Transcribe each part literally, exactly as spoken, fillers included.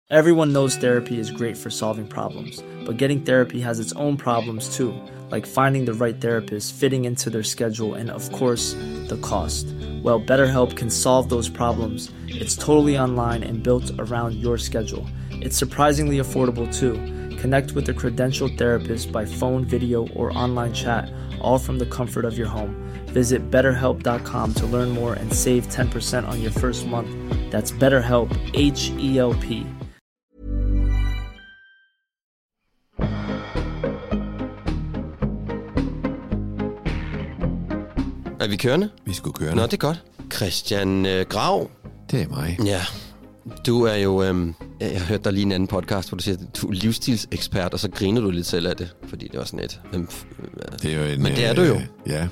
Everyone knows therapy is great for solving problems, but getting therapy has its own problems too, like finding the right therapist, fitting into their schedule, and of course, the cost. Well, BetterHelp can solve those problems. It's totally online and built around your schedule. It's surprisingly affordable too. Connect with a credentialed therapist by phone, video, or online chat, all from the comfort of your home. Visit better help dot com to learn more and save ten percent on your first month. That's BetterHelp, H E L P. Er vi kørende? Vi skulle køre. Nå, det er godt. Christian øh, Grav. Det er mig. Ja, du er jo... Øh, jeg har hørt dig lige en anden podcast, hvor du siger, at du er livsstilsekspert, og så griner du lidt selv af det, fordi det var sådan et... Hvem, det er jo en, men det er du jo. Øh, ja.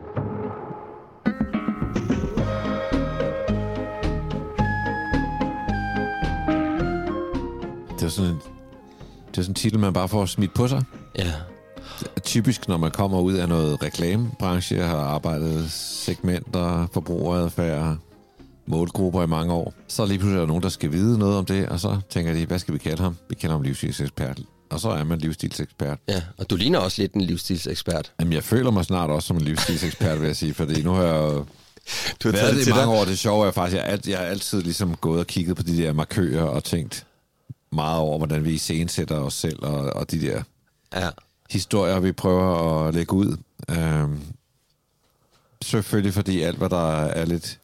Det er sådan en, det er sådan en titel, man bare får smidt på sig. Ja. Typisk, når man kommer ud af noget reklamebranche, har arbejdet segmenter, forbrugeradfærd, målgrupper i mange år, så lige pludselig er der nogen, der skal vide noget om det, og så tænker de, hvad skal vi kalde ham? Vi kalder ham livsstilsekspert. Og så er man livsstilsekspert. Ja, og du ligner også lidt en livsstilsekspert. Jamen, jeg føler mig snart også som en livsstilsekspert, vil jeg sige, fordi nu har jeg jo du har været det i mange dig. år. Det sjove er faktisk, jeg, jeg har altid ligesom gået og kigget på de der markører og tænkt meget over, hvordan vi iscenesætter os selv, og, og de der ja. historier, vi prøver at lægge ud. Øhm, selvfølgelig fordi alt, hvad der er lidt,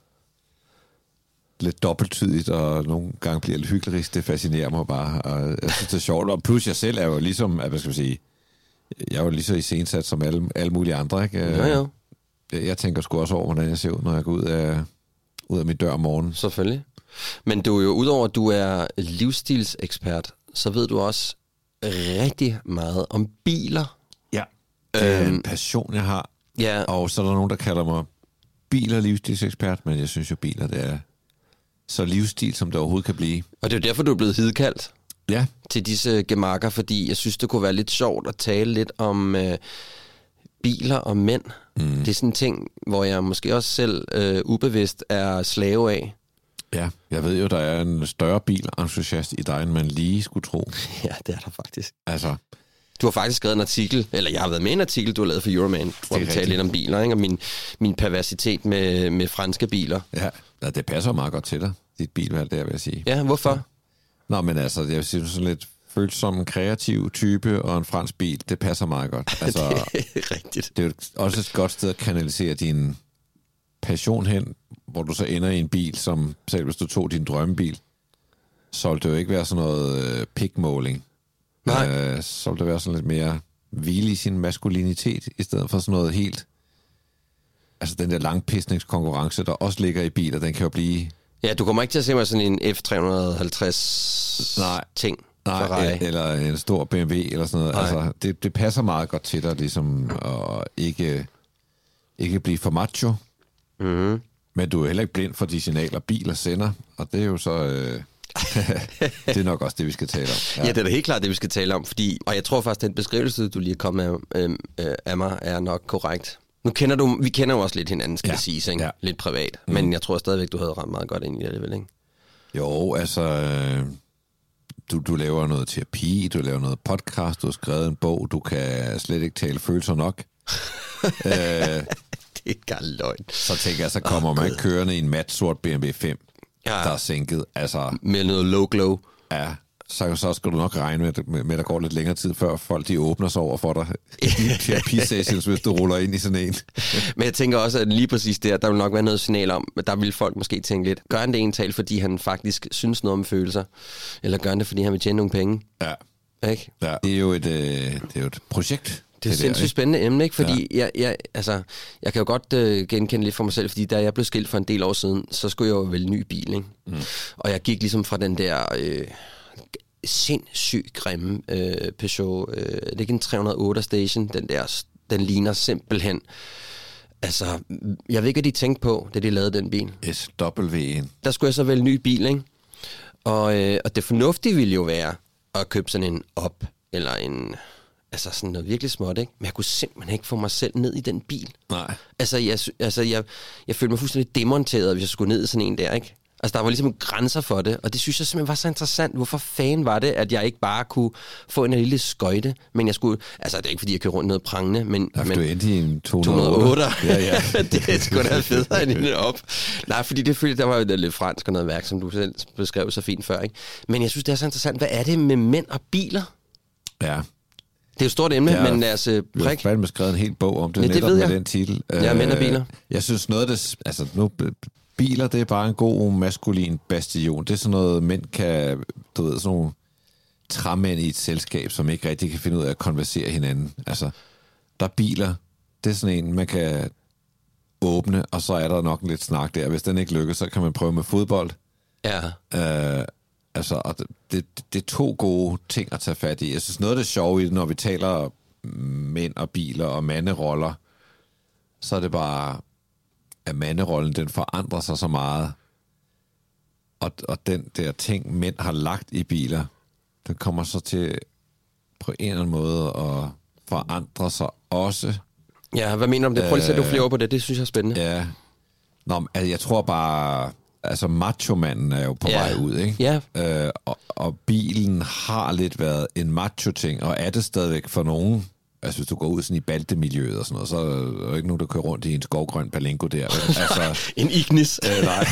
lidt dobbelttydigt, og nogle gange bliver lidt hyklerisk, det fascinerer mig bare. Og jeg synes, det er sjovt. Og plus jeg selv er jo ligesom, hvad skal man sige, jeg er jo lige så iscenesat som alle, alle mulige andre, ikke? Jo, jo. Jeg, jeg tænker sgu også over, hvordan jeg ser ud, når jeg går ud af, ud af min dør om morgenen. Selvfølgelig. Men du er jo, udover at du er livsstilsekspert, så ved du også rigtig meget om biler. Ja. Det er øhm, en passion, jeg har. Ja. Og så er der nogen, der kalder mig bil- og livsstilsekspert, men jeg synes jo, biler, det er så livsstil, som det overhovedet kan blive. Og det er jo derfor, du er blevet hidkaldt ja. til disse gemakker, fordi jeg synes, det kunne være lidt sjovt at tale lidt om øh, biler og mænd. Mm. Det er sådan en ting, hvor jeg måske også selv øh, ubevidst er slave af. Ja, jeg ved jo, der er en større bilentusiast i dig, end man lige skulle tro. Ja, det er der faktisk. Altså, du har faktisk skrevet en artikel, eller jeg har været med i en artikel, du har lavet for Euroman, hvor vi taler lidt om biler, ikke? Og min, min perversitet med, med franske biler. Ja, ja, det passer meget godt til dig, dit bilvalg der, vil jeg sige. Ja, hvorfor? Ja. Nå, men altså, jeg vil sige, sådan lidt følsom, kreativ type og en fransk bil, det passer meget godt. Altså, det er rigtigt. Det er jo også et godt sted at kanalisere din passion hen, hvor du så ender i en bil, som selv hvis du tog din drømmebil, så ville det jo ikke være sådan noget øh, pikmåling. Nej. Øh, så ville det være sådan lidt mere hvile i sin maskulinitet, i stedet for sådan noget helt... Altså den der langpistningskonkurrence, der også ligger i biler, den kan jo blive... Ja, du kommer ikke til at se mig sådan en F tre halvtreds nej, ting. Nej, eller en stor B M W eller sådan noget. Nej. Altså, det, det passer meget godt til dig, ligesom at ikke, ikke blive for macho. Mm-hmm. Men du er heller ikke blind for de signaler, biler sender, og det er jo så... Øh, det er nok også det, vi skal tale om. Ja. ja, det er da helt klart det, vi skal tale om, fordi... Og jeg tror faktisk, den beskrivelse, du lige er kommet af, øh, øh, af mig, er nok korrekt. Nu kender du... Vi kender jo også lidt hinanden, skal ja. det siges, ikke? Ja. Lidt privat. Mm. Men jeg tror stadigvæk, du havde ramt meget godt ind i det alligevel, ikke? Jo, altså... Øh, du, du laver noget terapi, du laver noget podcast, du har skrevet en bog, du kan slet ikke tale følelser nok. øh, det er gar løgn. Så tænker jeg, så kommer oh, man kørende i en mat sort B M W fem, ja. Der er sænket. Altså, med noget low glow. Ja, så, så skal du nok regne med, med, med, at der går lidt længere tid, før folk de åbner sig over for dig. Terapi-sessions, hvis du ruller ind i sådan en. Men jeg tænker også, at lige præcis der, der vil nok være noget signal om, der vil folk måske tænke lidt, gør han det egentlig, fordi han faktisk synes noget om følelser? Eller gør han det, fordi han vil tjene nogle penge? Ja. Ikke? Ja. Det er jo et, øh, det er jo et projekt. Det er et sindssygt der, spændende emne, ikke? Fordi ja. jeg, jeg, altså, jeg kan jo godt øh, genkende lidt for mig selv, fordi da jeg blev skilt for en del år siden, så skulle jeg jo vælge en ny bil, ikke? Mm. Og jeg gik ligesom fra den der øh, sindssygt grimme øh, Peugeot, øh, det er ikke en tre hundrede og otte Station, den der, den ligner simpelthen. Altså, jeg ved ikke, hvad de tænkte på, da de lavede den bil. S W N'en. Der skulle jeg så vælge en ny bil, ikke? Og, øh, og det fornuftige ville jo være at købe sådan en op, eller en... Altså sådan noget virkelig småt, ikke? Men jeg kunne simpelthen ikke få mig selv ned i den bil. Nej. Altså, jeg, altså jeg, jeg følte mig fuldstændig demonteret, hvis jeg skulle ned i sådan en der, ikke? Altså, der var ligesom grænser for det, og det synes jeg simpelthen var så interessant. Hvorfor fanden var det, at jeg ikke bare kunne få en lille skøjte, men jeg skulle... Altså, det er ikke, fordi jeg kører rundt noget prangende, men... Ja, men du endte i en to hundrede og otte. Ja, ja. Det er sgu da federe end en op. Nej, fordi det følte, der var jo lidt fransk og noget værk, som du selv beskrev så fint før, ikke? Men jeg synes, det er så interessant. Hvad er det med mænd og biler? Ja. Det er jo et stort emne, ja, men lad os prik. Jeg har fandme skrevet en hel bog om det, ja, netop det ved jeg. med den titel. Ja, mænd og biler. Jeg synes noget af det... Altså, nu... Biler, det er bare en god maskulin bastion. Det er sådan noget, mænd kan, du ved, sådan nogle træmænd i et selskab, som ikke rigtig kan finde ud af at konversere hinanden. Altså, der er biler, det er sådan en, man kan åbne, og så er der nok en lidt snak der. Hvis den ikke lykkes, så kan man prøve med fodbold. Ja. Øh, altså, og det, det, det er to gode ting at tage fat i. Jeg synes, noget af det sjove i det, når vi taler mænd og biler og manderoller, så er det bare... at manderollen, den forandrer sig så meget. Og, og den der ting, mænd har lagt i biler, den kommer så til på en eller anden måde at forandre sig også. Ja, hvad mener du om det? Prøv lige at sætte flere ord på det, det synes jeg er spændende. Ja. Nå, altså, jeg tror bare, altså macho-manden er jo på ja. vej ud, ikke? Ja. Øh, og, og bilen har lidt været en macho-ting, og er det stadigvæk for nogen. Altså, hvis du går ud sådan i Baltemiljøet og sådan noget, så er der jo ikke nogen, der kører rundt i en skovgrøn Palenko der. Altså, en Ignis. Øh, nej.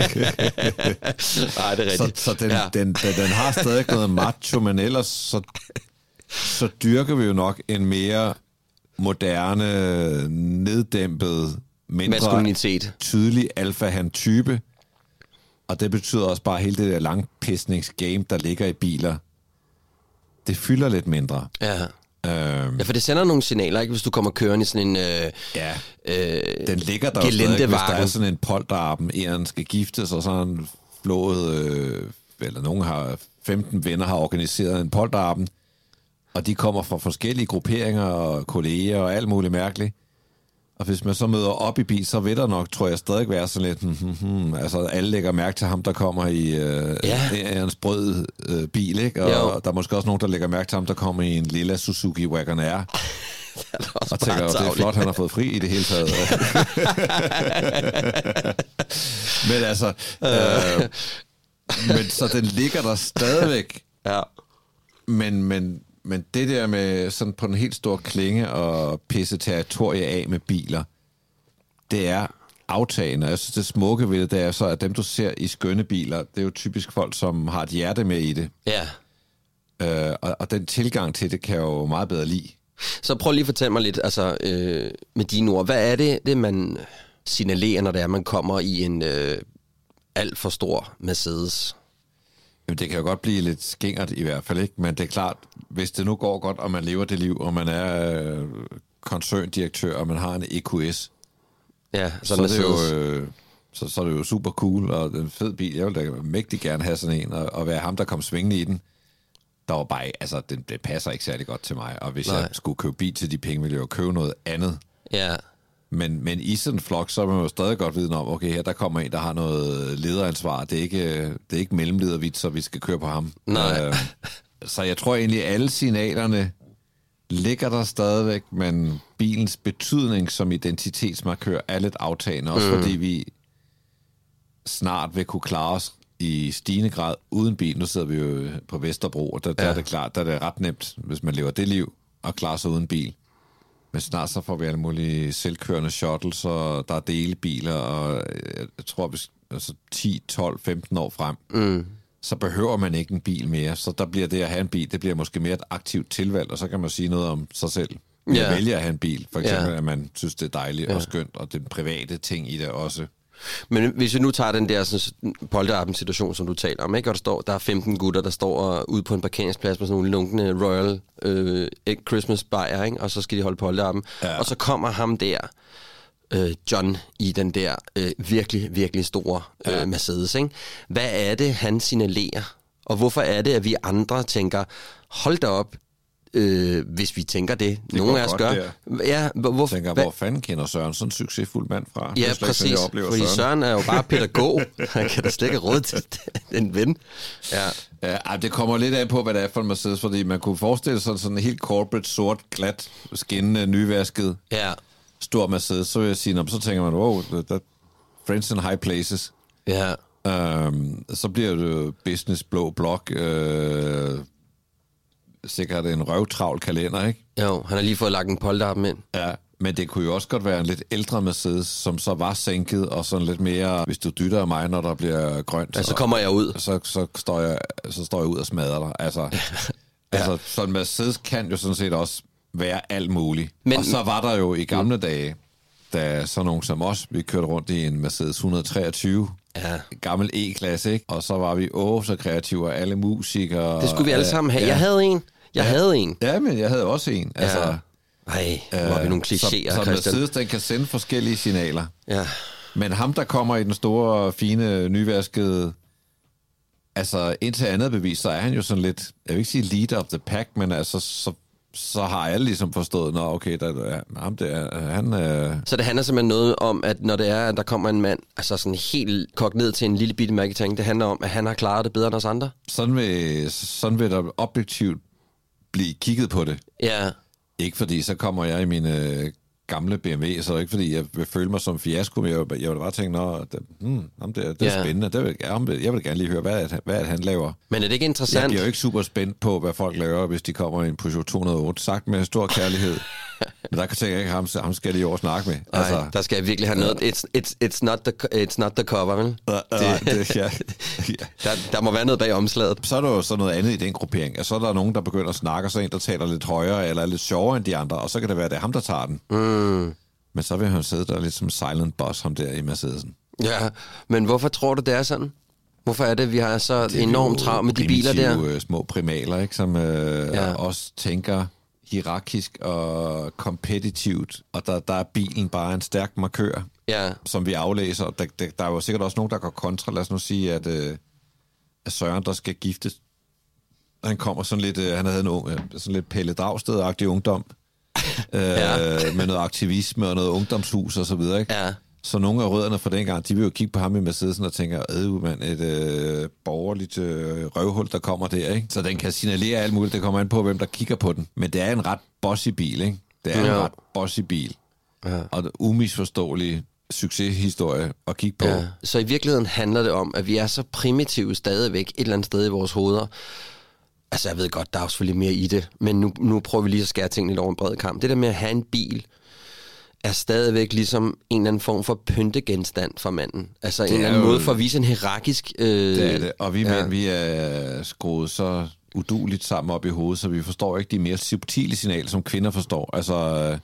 nej, det er rigtigt. Så, så den, ja. den, den, den har stadig noget macho, men ellers så, så dyrker vi jo nok en mere moderne, neddæmpet, mindre tydelig alfahan-type. Og det betyder også bare hele det der langpissningsgame, der ligger i biler. Det fylder lidt mindre. Ja. Ja, for det sender nogle signaler, ikke? Hvis du kommer kørende i sådan en øh, ja, øh, den ligger der jo stadig, hvis der er sådan en polterappen, en skal giftes, og så en flået, øh, eller nogen har, femten venner har organiseret en polterappen, og de kommer fra forskellige grupperinger og kolleger og alt muligt mærkeligt. Og hvis man så møder op i bil, så vil der nok, tror jeg, stadig være sådan lidt, hmm, hmm, hmm. Altså alle lægger mærke til ham, der kommer i øh, ja. en sprød øh, bil, ikke? Og jo. Der er måske også nogen, der lægger mærke til ham, der kommer i en lille Suzuki Wagon R. Og tænker, det er flot, han har fået fri i det hele taget. Men altså, øh, men så den ligger der stadigvæk. Ja. Men, men, men det der med sådan på den helt store klinge og pisse territoriet af med biler, det er aftagende. Jeg synes, det smukke ved det, det er så, at dem, du ser i skønne biler, det er jo typisk folk, som har et hjerte med i det. Ja. Øh, og, og den tilgang til det kan jeg jo meget bedre lide. Så prøv lige at fortælle mig lidt, altså øh, med dine ord, hvad er det, det man signalerer, når det er, man kommer i en øh, alt for stor Mercedes? Jamen, det kan jo godt blive lidt skingert i hvert fald, ikke? Men det er klart, hvis det nu går godt, og man lever det liv, og man er øh, koncerndirektør, og man har en E Q S, ja, så, så, er det jo, øh, så, så er det jo super cool, og en fed bil. Jeg vil da mægtig gerne have sådan en, og, og være ham, der kom svingende i den. Der var bare, altså, det, det passer ikke særlig godt til mig. Og hvis Nej. jeg skulle købe bil til de penge, ville jeg jo købe noget andet. Ja. Men, men i sådan en flok, så er man jo stadig godt viden om, okay, her der kommer en, der har noget lederansvar. Det er ikke, det er ikke mellemledervidt, så vi skal køre på ham. Nej. Øh, så jeg tror egentlig, alle signalerne ligger der stadigvæk, men bilens betydning som identitetsmarkør er lidt aftagende. Også mm. fordi vi snart vil kunne klare os i stigende grad uden bil. Nu sidder vi jo på Vesterbro, og der, der ja. er det klart, der er det ret nemt, hvis man lever det liv, og klarer sig uden bil. Men snart så får vi alle mulige selvkørende shuttles, og der er delebiler, og jeg tror, hvis altså ti, tolv, femten år frem, mm. så behøver man ikke en bil mere. Så der bliver det at have en bil, det bliver måske mere et aktivt tilvalg, og så kan man sige noget om sig selv. Jeg yeah. vælger at have en bil, for eksempel, yeah. at man synes, det er dejligt yeah. og skønt, og den private ting i det også. Men hvis vi nu tager den der polterappen-situation, som du taler om, ikke? Og der står, der er femten gutter, der står ude på en parkeringsplads med sådan nogle lunkende Royal øh, Christmas bajer, ikke? Og så skal de holde polterappen. Ja. Og så kommer ham der, øh, John, i den der øh, virkelig, virkelig store øh, ja. Mercedes, ikke? Hvad er det, han signalerer? Og hvorfor er det, at vi andre tænker, hold da op, Øh, hvis vi tænker det. det Nogle af os gør. Ja, hvor, tænker, hvor fanden kender Søren sådan en succesfuld mand fra? Ja, slet, præcis. Jeg fordi Søren. Søren er jo bare pædagog. Han kan da slet ikke råd til en ven. Ja. Ja, det kommer lidt af på, hvad det er for en Mercedes, fordi man kunne forestille sig sådan en helt corporate, sort, glat, skinnende, nyvasket, ja. stor Mercedes. Så vil jeg sige, så tænker man, wow, that friends in high places. Ja. Øhm, så bliver det business blå blok. Øh, sikkert en røvtravl kalender, ikke? Jo, han har lige fået lagt en polterappen ind. Ja, men det kunne jo også godt være en lidt ældre Mercedes, som så var sænket, og sådan lidt mere, hvis du dytter af mig, når der bliver grønt. Ja, så kommer jeg ud. Så, så, står, jeg, så står jeg ud og smadrer dig. Altså, ja. altså så en Mercedes kan jo sådan set også være alt muligt. Men, og så var der jo i gamle mm. dage, da sådan nogen som os, vi kørte rundt i en Mercedes et hundrede treogtyve, ja. Gammel E-klasse, ikke? Og så var vi åh så kreative, og alle musikere. Det skulle vi alle sammen have. Ja. Jeg havde en. Jeg ja. havde en. Ja, men jeg havde også en. Altså, ja. Ej, nu har vi nogle klichéer, Christian. Så Mercedes, den kan sende forskellige signaler. Ja. Men ham, der kommer i den store, fine, nyvaskede, altså indtil andet bevis, så er han jo sådan lidt, jeg vil ikke sige leader of the pack, men altså, så, så har alle ligesom forstået, nå okay, der er ham der, han... Øh... Så det handler simpelthen noget om, at når det er, at der kommer en mand, altså sådan helt kogt ned til en lille bitte mærketang, det handler om, at han har klaret det bedre end os andre? Sådan vil, sådan vil der objektivt blive kigget på det. Ja. Ikke fordi, så kommer jeg i mine gamle B M W, så ikke fordi, jeg vil føle mig som fiasko, men jeg vil, jeg vil bare tænke, nå, det, hmm, det, det er ja. spændende, det vil, jeg vil gerne lige høre, hvad, hvad han laver. Men er det ikke interessant? Jeg bliver jo ikke super spændt på, hvad folk laver, hvis de kommer i en Peugeot to hundrede og otte, sagt med stor kærlighed. Men der kan jeg ikke, ham, ham skal jeg lige over snakke med. Nej, altså, der skal jeg virkelig have noget. It's, it's, it's, not, the, it's not the cover, vel? Uh, uh, det, det, ja. der, der må være noget bag omslaget. Så er der jo så noget andet i den gruppering. Så er der nogen, der begynder at snakke, og så en, der taler lidt højere, eller er lidt sjovere end de andre, og så kan det være, at det er ham, der tager den. Mm. Men så vil han sidde der lidt som silent boss, ham der i Mercedesen. Ja, men hvorfor tror du, det er sådan? Hvorfor er det, vi har så enormt travlt med de biler der? Små primaler, ikke, som øh, ja. også tænker hierarkisk og kompetitivt, og der, der er bilen bare en stærk markør, ja. som vi aflæser. Der, der, der er jo sikkert også nogen, der går kontra. Lad os nu sige, at, øh, at Søren, der skal giftes, han kommer sådan lidt, øh, han havde en ung, sådan lidt Pelle Dragsted-agtig ungdom, øh, ja. med noget aktivisme og noget ungdomshus og så videre, ikke? Ja. Så nogle af rødderne fra dengang, de vil jo kigge på ham i Mercedesen og tænker, øh, mand, et øh, borgerligt øh, røvhul, der kommer der, ikke? Så den kan signalere alt muligt, det kommer an på, hvem der kigger på den. Men det er en ret bossy bil, ikke? Det er ja. en ret bossy bil. Ja. Og en umisforståelig succeshistorie at kigge på. Ja. Så i virkeligheden handler det om, at vi er så primitive stadigvæk et eller andet sted i vores hoveder. Altså, jeg ved godt, der er selvfølgelig mere i det, men nu, nu prøver vi lige at skære tingene lidt over en bred kamp. Det der med at have en bil, er stadigvæk ligesom en eller anden form for pyntegenstand for manden. Altså det en eller anden jo, måde for at vise en hierarkisk... Øh, det er det, og vi, ja. men, vi er skruet så udueligt sammen op i hovedet, så vi forstår ikke de mere subtile signaler, som kvinder forstår. Altså, øh,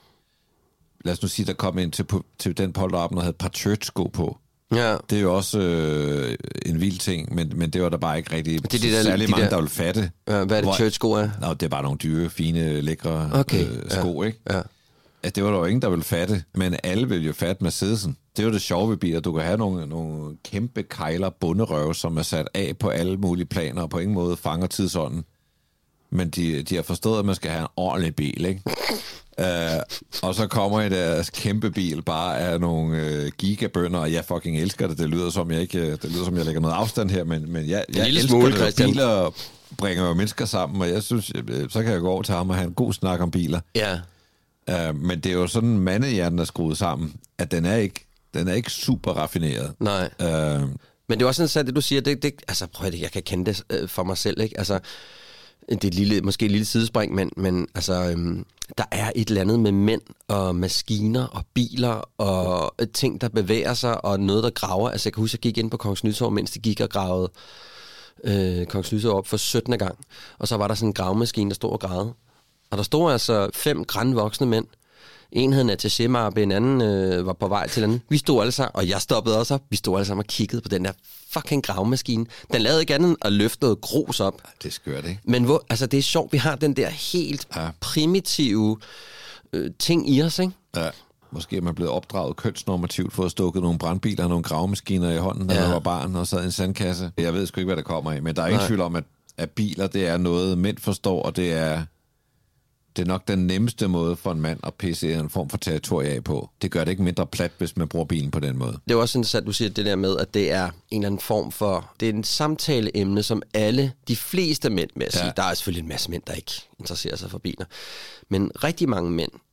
lad os nu sige, der kom ind til, til den polterappen, der havde et par church-sko på. Ja. Det er jo også øh, en vild ting, men, men det var der bare ikke rigtig det er de der, særlig de mange, der, der vil fatte. Ja, hvad er det church-sko er? Nå, det er bare nogle dyre, fine, lækre okay. øh, sko, ja. ikke? Ja. At det var der jo ingen, der ville fatte, men alle vil jo fatte Mercedesen. Det er jo det sjove ved biler. Du kan have nogle, nogle kæmpe kejler bunderøve, som er sat af på alle mulige planer, og på ingen måde fanger tidsånden. Men de, de har forstået, at man skal have en ordentlig bil, ikke? uh, og så kommer i deres kæmpe bil bare af nogle uh, gigabønder, og jeg fucking elsker det. Det lyder som, jeg ikke, det lyder som, jeg lægger noget afstand her, men, men jeg, jeg elsker smule, det. Biler bringer jo mennesker sammen, og jeg synes, så kan jeg gå over til ham og have en god snak om biler. Ja. Uh, men det er jo sådan, mandehjernen er skruet sammen, at den er ikke, den er ikke super raffineret. Nej. Uh, men det er også sådan sandt, det du siger, det, det, altså prøv at jeg kan kende det øh, for mig selv, ikke? Altså, det er et lille, måske et lille sidespring, men, men altså, øhm, der er et eller andet med mænd og maskiner og biler og ting, der bevæger sig, og noget, der graver. Altså, jeg kan huske, jeg gik ind på Kongens Nytorv, mens de gik og gravede øh, Kongens Nytorv op for syttende gang. Og så var der sådan en gravemaskine, der stod og gravede. Og der stod altså fem grandvoksne mænd. En hed en attaché-mappe, en anden øh, var på vej til den. Vi stod alle sammen, og jeg stoppede også op. Vi stod alle sammen og kiggede på den der fucking gravemaskine. Den lavede ikke andet at løfte noget grus op. Det er skørt, ikke? Men hvor, altså, det er sjovt, vi har den der helt ja. primitive øh, ting i os, ikke? Ja. Måske er man blevet opdraget kønsnormativt for at stukket nogle brandbiler og nogle gravemaskiner i hånden, da ja. man var barn og sad i en sandkasse. Jeg ved sgu ikke, hvad der kommer af, men der er ingen tvivl om, at, at biler, det er noget, mænd forstår, og det er... Det er nok den nemmeste måde for en mand at pisse en form for territorie af på. Det gør det ikke mindre plat, hvis man bruger bilen på den måde. Det er også interessant, du siger det der med, at det er en eller anden form for... Det er en samtaleemne, som alle, de fleste mænd, med at sige, ja. Der er selvfølgelig en masse mænd, der ikke interesserer sig for biler. Men rigtig mange mænd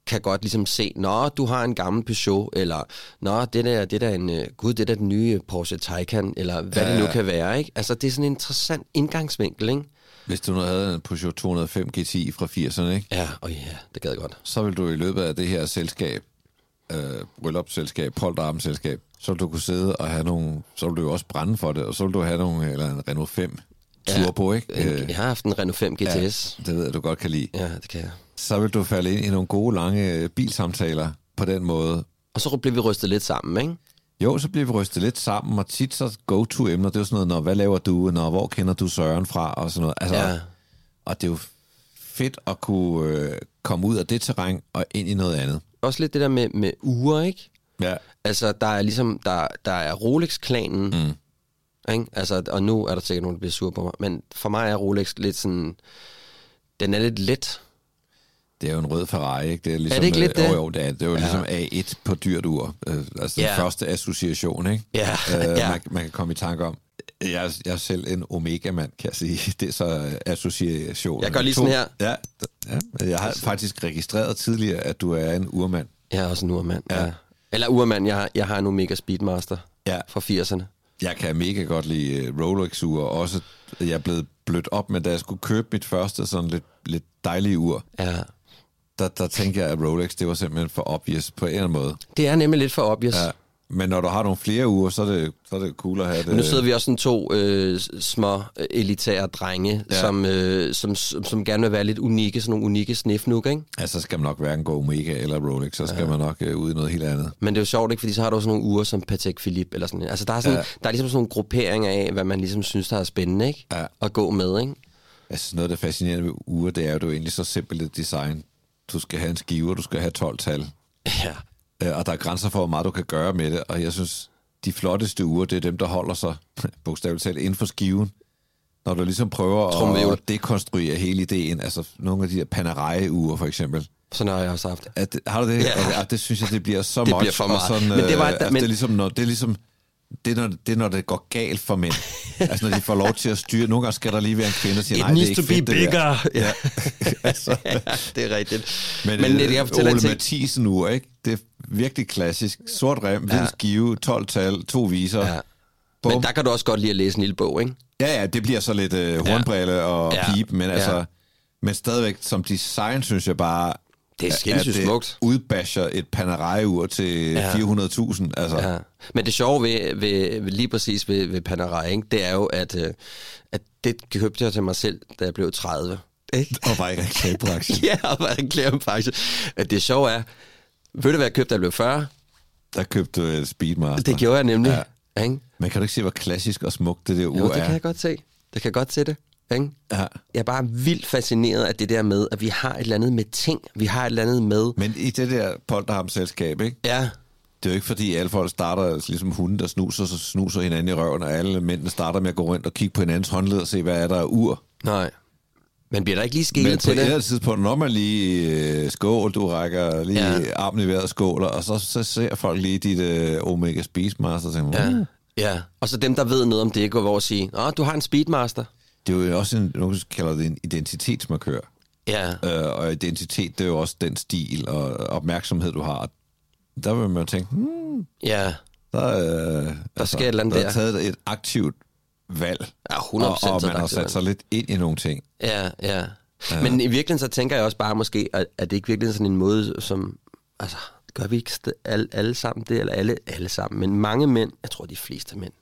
kan godt ligesom se, nå, du har en gammel Peugeot, eller nå, det der, det der en, gud, det der den nye Porsche Taycan, eller hvad ja. det nu kan være, ikke? Altså, det er sådan en interessant indgangsvinkel, ikke? Hvis du nu havde en Peugeot to hundrede og fem G T I fra firserne, ikke? Ja, og ja, det gad godt. Så vil du i løbet af det her selskab, øh, bryllupsselskab, polterarmselskab, så vil du kunne sidde og have nogle, så vil du jo også brænde for det, og så vil du have nogle, eller en Renault fem Turbo, ja, ikke? Jeg har haft en Renault fem G T S. Ja, det ved jeg, du godt kan lide. Ja, det kan jeg. Så vil du falde ind i nogle gode, lange bilsamtaler på den måde. Og så bliver vi rystet lidt sammen, ikke? Jo, så bliver vi rystet lidt sammen, og tit så go-to-emner, det er jo sådan noget, når, hvad laver du, når, hvor kender du Søren fra, og sådan noget. Altså, ja. Og det er jo fedt at kunne øh, komme ud af det terræn og ind i noget andet. Også lidt det der med, med uger, ikke? Ja. Altså, der er ligesom, der, der er Rolex-klanen, mm. ikke? Altså, og nu er der sikkert nogen, der bliver sur på mig, men for mig er Rolex lidt sådan, den er lidt let. Det er jo en rød Ferrari, ikke? Det er, ligesom, er det ikke lidt det? Jo, jo, det er, det er jo ja. ligesom A et på dyrt ur. Øh, altså ja. den første association, ikke? Ja. Øh, ja. man, man kan komme i tanke om. Jeg, jeg er selv en Omega-mand, kan jeg sige. Det er så association. Jeg gør lige sådan her. Ja, ja, jeg har faktisk registreret tidligere, at du er en urmand. Jeg er også en urmand, ja. ja. Eller urmand, jeg har, jeg har en Omega Speedmaster ja. fra firserne. Jeg kan mega godt lide Rolex-ure. Også, jeg er blevet blødt op med, da jeg skulle købe mit første sådan lidt, lidt dejlige ur. Ja. Der, der tænkte jeg, at Rolex, det var simpelthen for obvious på en eller anden måde. Det er nemlig lidt for obvious. Ja. Men når du har nogle flere uger, så er det, så er det cool at have det. Men nu sidder vi også sådan to øh, små elitære drenge, ja. som, øh, som, som, som gerne vil være lidt unikke, sådan nogle unikke snifnuk, ikke? Ja, så skal man nok hverken gå Omega eller Rolex, så skal ja. man nok øh, ud i noget helt andet. Men det er jo sjovt, ikke? Fordi så har du også nogle uger som Patek Philippe, eller sådan. Altså der er, sådan, ja. der er ligesom sådan nogle grupperinger af, hvad man ligesom synes, der er spændende, ikke? Ja. At gå med, ikke? Altså noget, der er fascinerende ved uger, det er jo, det er jo egentlig så simpelt et design. Du skal have en skive, og du skal have tolv tal. Ja. Og der er grænser for, hvor meget du kan gøre med det. Og jeg synes, de flotteste uger, det er dem, der holder sig bogstaveligt talt inden for skiven. Når du ligesom prøver Trumvævel. at dekonstruere hele ideen. Altså nogle af de der Panerai-uger, for eksempel. Sådan har jeg også haft. At, har du det? Ja. Og, og det synes jeg, det bliver så det much. Bliver for meget. Sådan, men det, var, øh, altså, men... det er ligesom, når, det er ligesom det er, når, det er, når det går galt for mænd. Altså, når de får lov til at styre. Nogle gange skal der lige være en kvinde, der siger, nej, det er ikke fedt, det bigger. Ja. altså. ja, det er rigtigt. Men, Men det, jeg fortæller Ole Mathisen nu, ikke? Det er virkelig klassisk. Sort rem, hvid ja. skive, tolv tal, to viser. Ja. Men der kan du også godt lide at læse en lille bog, ikke? Ja, ja, det bliver så lidt øh, hornbrille ja. og ja. pip, men altså... Ja. Men stadigvæk, som design, synes jeg bare... Det er sindssygt smukt. Udbasher et Panerai-ur til ja. fire hundrede tusind. Altså. Ja. Men det sjove ved, ved, ved lige præcis ved, ved Panerai, ikke, det er jo, at, at det købte jeg til mig selv, da jeg blev tredive. Ikke? Og var i reklamebranchen. ja, og var i reklamebranchen. At det sjove er, ved du hvad jeg købte, da jeg blev fyrre? Der købte du et Speedmaster. Det gjorde jeg nemlig. Ja. Ikke? Men kan du ikke se, hvor klassisk og smukt det der ur er? Jo, det kan jeg godt se. Det kan jeg godt se det. Ikke? Ja. Jeg er bare vildt fascineret af det der med, at vi har et eller andet med ting. Vi har et eller andet med... Men i det der polterhamselskab, ikke? Ja. Det er jo ikke fordi, alle folk starter ligesom hunde, der snuser, så snuser hinanden i røven, og alle mændene starter med at gå rundt og kigge på hinandens håndled og se, hvad er der af ur. Nej. Men bliver der ikke lige skælet til det? Men på et tidspunkt, når man lige øh, skål, du rækker lige ja. armen i vejret skåler, og så, så ser folk lige dit øh, Omega Speedmaster og tænker, ja. ja. Og så dem, der ved noget om det, går over og siger, åh, du har en Speedmaster. Det er jo også en, nogen kalder det en identitetsmarkør. Ja. Øh, og identitet, det er jo også den stil og opmærksomhed, du har. Der vil man tænke, hmm, ja. der, øh, der altså, sker et eller andet der. Der er taget et aktivt valg. Ja, hundrede procent. Og, og man har sat sig lidt ind i nogle ting. Ja, ja. ja. Men i virkeligheden så tænker jeg også bare måske, at, at det ikke virkelig er sådan en måde, som... Altså, gør vi ikke alle, alle sammen det? Eller alle, alle sammen. Men mange mænd, jeg tror de fleste mænd,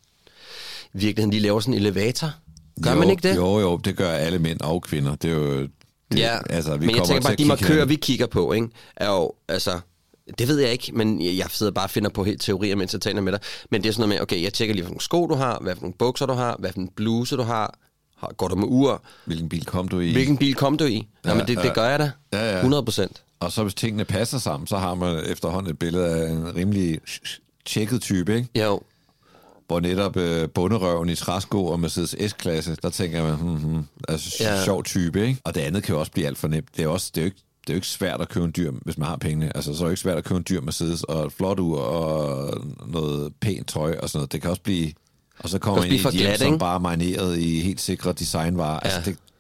i virkeligheden, de laver sådan en elevator. Gør jo, man ikke det? Jo, jo, det gør alle mænd og kvinder. Det er jo... Det, ja, altså, vi men jeg tænker bare, de markører, vi kigger på, ikke, er jo, altså, det ved jeg ikke, men jeg sidder bare og finder på helt teorier, mens jeg taler med dig. Men det er sådan noget med, okay, jeg tjekker lige, hvad for nogle sko du har, hvad for nogle bukser du har, hvad for en bluse du har, går du med ur? Hvilken bil kom du i? Hvilken bil kom du i? Ja, men det, ja. det gør jeg da, ja, ja. hundrede procent. Og så hvis tingene passer sammen, så har man efterhånden et billede af en rimelig tjekket type, ikke? Jo. Hvor netop øh, bunderøven i træsko og Mercedes S-klasse, der tænker man, hmm, hmm, altså ja. sjov type, ikke? Og det andet kan jo også blive alt for nemt. Det er, også, det er, jo ikke, det er jo ikke svært at købe en dyr, hvis man har pengene. Altså, så er det ikke svært at købe en dyr Mercedes og et flot ur og noget pænt tøj og sådan noget. Det kan også blive... Og så kommer man ind i et hjem, som bare er marineret i helt sikre designvarer. Ja. Altså, det,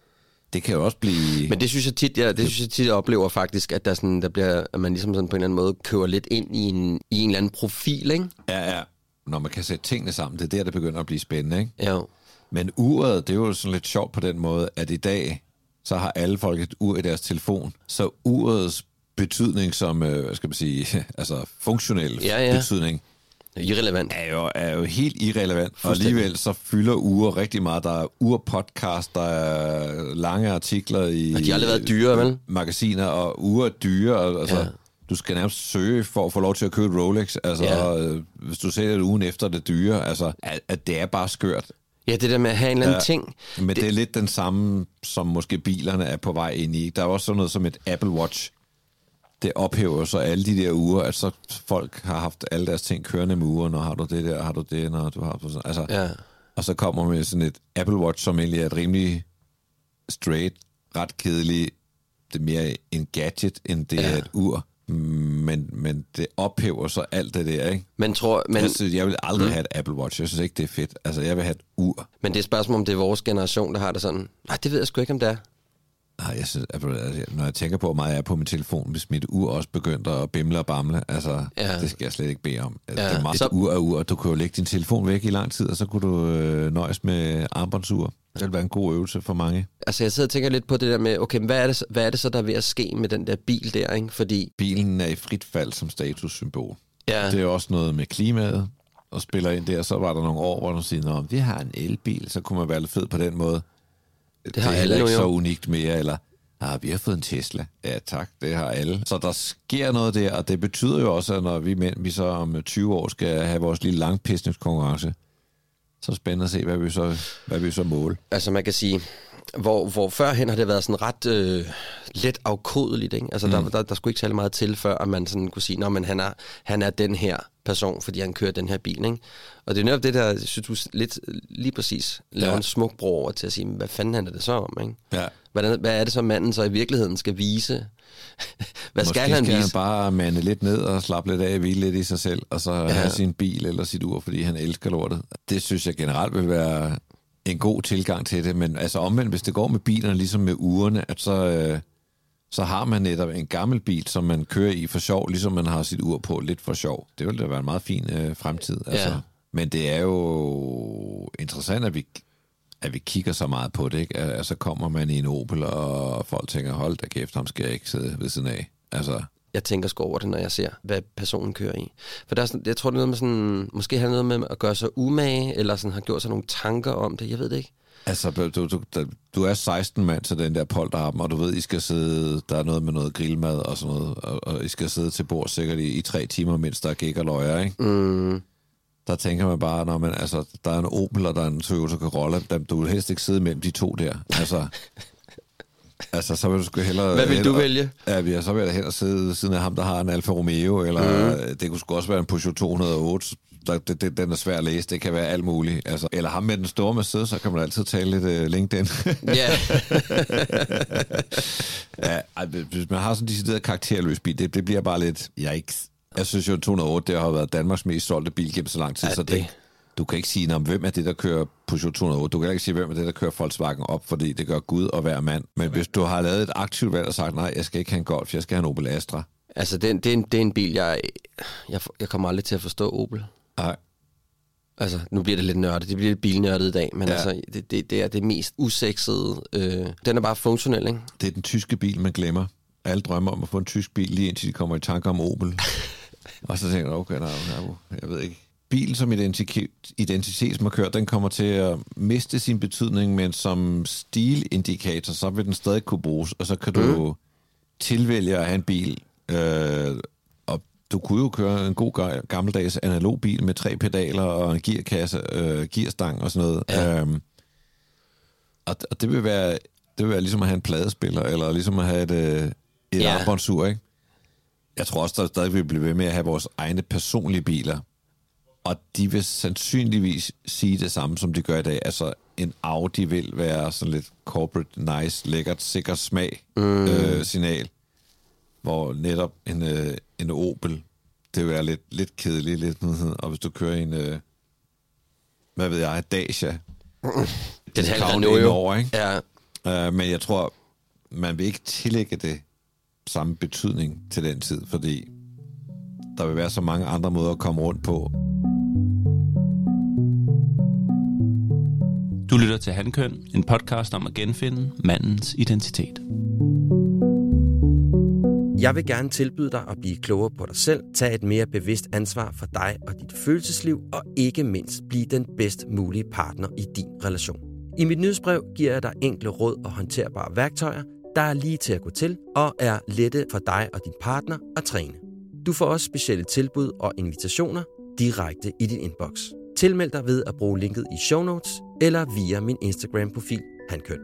det kan jo også blive... Men det synes jeg tit, jeg, det synes jeg tit, jeg oplever faktisk, at, der sådan, der bliver, at man ligesom sådan på en eller anden måde kører lidt ind i en, i en eller anden profil, ikke? Ja, ja. Når man kan sætte tingene sammen, det er der, det begynder at blive spændende, ikke? Ja. Men uret, det er jo sådan lidt sjovt på den måde, at i dag, så har alle folk et ur i deres telefon. Så urets betydning som, øh, hvad skal man sige, altså funktionel ja, ja. betydning, irrelevant. Er jo, er jo helt irrelevant, og alligevel så fylder uger rigtig meget. Der er urpodcast, der er lange artikler i... Og de har aldrig været dyre, vel? Magasiner, og uger er dyre, og, altså... Ja. Du skal nærmest søge for at få lov til at købe et Rolex, altså, ja. øh, hvis du sælger det ugen efter det dyre, altså, at, at det er bare skørt. Ja, det der med at have en eller anden ja, ting. Men det... det er lidt den samme, som måske bilerne er på vej ind i. Der er også sådan noget som et Apple Watch. Det ophæver så alle de der uger, at så folk har haft alle deres ting kørende med uger, når har du det der, har du det, når du har sådan, altså, ja. Og så kommer med sådan et Apple Watch, som egentlig er et rimelig straight, ret kedeligt, det er mere en gadget, end det ja. er et ur. Men, men det ophæver så alt det der, ikke? Men tror, men... Jeg, synes, jeg vil aldrig mm. have et Apple Watch. Jeg synes ikke, det er fedt. Altså, jeg vil have et ur. Men det er et spørgsmål, om det er vores generation, der har det sådan. Nej, det ved jeg sgu ikke, om det er. Nej, jeg synes, når jeg tænker på, hvor meget jeg er på min telefon, hvis mit ur også begyndte at bimle og bamle, altså, ja. det skal jeg slet ikke bede om. Altså, ja. Det er meget så... ur og ur, og du kan jo lægge din telefon væk i lang tid, og så kunne du øh, nøjes med armbåndsur. Det vil være en god øvelse for mange. Altså, jeg sidder og tænker lidt på det der med, okay, hvad er det, hvad er det så, der er ved at ske med den der bil der, ikke? Fordi... Bilen er i frit fald som statussymbol. Ja. Det er også noget med klimaet, og spiller ind der. Så var der nogle år, hvor du siger, at vi har en elbil, så kunne man være lidt fed på den måde. Det, det har det er ikke så unikt mere, eller ah, vi har fået en Tesla. Ja tak, det har alle. Så der sker noget der, og det betyder jo også, at når vi mænd, vi så om tyve år skal have vores lille langpistningskonkurrence, så spændende at se, hvad vi så, hvad vi så måle. Altså man kan sige, hvor, hvor førhen har det været sådan ret øh, let afkodeligt, ikke? Altså mm. der, der, der skulle ikke særlig meget til, før at man sådan kunne sige, at han er, han er den her person, fordi han kører den her bil, ikke? Og det er netop det der, synes du lidt lige præcis laver ja. en smuk bro over til at sige, hvad fanden handler det så om, ikke? Ja. Hvordan, hvad er det så manden så i virkeligheden skal vise? Hvad Måske skal han skal vise? han bare mande lidt ned og slappe lidt af, hvile lidt i sig selv, og så ja. have sin bil eller sit ur, fordi han elsker lortet. Det synes jeg generelt vil være en god tilgang til det, men altså omvendt, hvis det går med bilerne, ligesom med urene, at så, øh, så har man netop en gammel bil, som man kører i for sjov, ligesom man har sit ur på lidt for sjov. Det ville da være en meget fin øh, fremtid. Altså. Ja. Men det er jo interessant, at vi, at vi kigger så meget på det, ikke? Altså kommer man i en Opel, og folk tænker, hold da kæft, ham skal jeg ikke sidde ved siden af. Altså... Jeg tænker sgu over det, når jeg ser, hvad personen kører i. For der er sådan, jeg tror, det er noget med sådan, måske har det noget med at gøre sig umage, eller sådan har gjort sig nogle tanker om det, jeg ved det ikke. Altså, du, du, du er seksten mand til den der polterappen, og du ved, I skal sidde, der er noget med noget grillmad og sådan noget, og, og I skal sidde til bord sikkert i, i tre timer, mens der er gæk og løjer, ikke? Mm. Der tænker man bare, når man, altså, der er en Opel, og der er en Toyota Corolla, der, du vil helst ikke sidde mellem de to der, altså... Altså, så vil du sgu hellere... Hvad vil hellere, du vælge? Ja, så vil jeg hen og sidde siden af ham, der har en Alfa Romeo, eller mm. det kunne sgu også være en Peugeot to hundrede og otte. Der, det, det, den er svær at læse, det kan være alt muligt. Altså, eller ham med den store Mercedes, så kan man altid tale lidt uh, LinkedIn. Ja. Ja, hvis man har sådan de der karakterløse bil, det, det bliver bare lidt... Jeg, ikke, jeg synes jo, en to hundrede og otte, det har været Danmarks mest solgte bil gennem så lang tid, ja, så det... det du kan ikke sige, hvem er det, der kører Peugeot to hundrede og otte. Du kan ikke sige, hvem er det, der kører Volkswagen op, fordi det gør Gud og hver mand. Men hvis du har lavet et aktivt valg og sagt, nej, jeg skal ikke have en Golf, jeg skal have en Opel Astra. Altså, det er en, det er en, det er en bil, jeg, jeg, jeg kommer aldrig til at forstå Opel. Nej. Altså, nu bliver det lidt nørdet. Det bliver lidt bilnørdet i dag, men ja. altså, det, det, det er det mest usexede. Øh, den er bare funktionel, ikke? Det er den tyske bil, man glemmer. Alle drømmer om at få en tysk bil, lige indtil de kommer i tanke om Opel. Og så tænker jeg, okay, nej, nej, jeg ved ikke. Bilen som identitetsmarkør, den kommer til at miste sin betydning, men som stilindikator, så vil den stadig kunne bruges, og så kan du mm. tilvælge at have en bil, øh, og du kunne jo køre en god gammeldags analog bil med tre pedaler og en gearkasse, øh, gearstang og sådan noget. Ja. Øhm, og, og det vil være det vil være ligesom at have en pladespiller, eller ligesom at have et, øh, et ja. armbåndsur, ikke? Jeg tror også, der stadig vil blive ved med at have vores egne personlige biler. Og de vil sandsynligvis sige det samme, som de gør i dag. Altså, en Audi vil være sådan lidt corporate, nice, lækkert, sikkert smag mm. øh, signal. Hvor netop en, øh, en Opel, det vil være lidt, lidt kedeligt, lidt noget. Og hvis du kører en, øh, hvad ved jeg, Dacia. Det er halvt over, ikke? Ja. Uh, men jeg tror, man vil ikke tillægge det samme betydning til den tid, fordi der vil være så mange andre måder at komme rundt på. Du lytter til Hankøn, en podcast om at genfinde mandens identitet. Jeg vil gerne tilbyde dig at blive klogere på dig selv, tage et mere bevidst ansvar for dig og dit følelsesliv, og ikke mindst blive den bedst mulige partner i din relation. I mit nyhedsbrev giver jeg dig enkle råd og håndterbare værktøjer, der er lige til at gå til og er lette for dig og din partner at træne. Du får også specielle tilbud og invitationer direkte i din inbox. Tilmeld dig ved at bruge linket i show notes eller via min Instagram-profil Hankøn.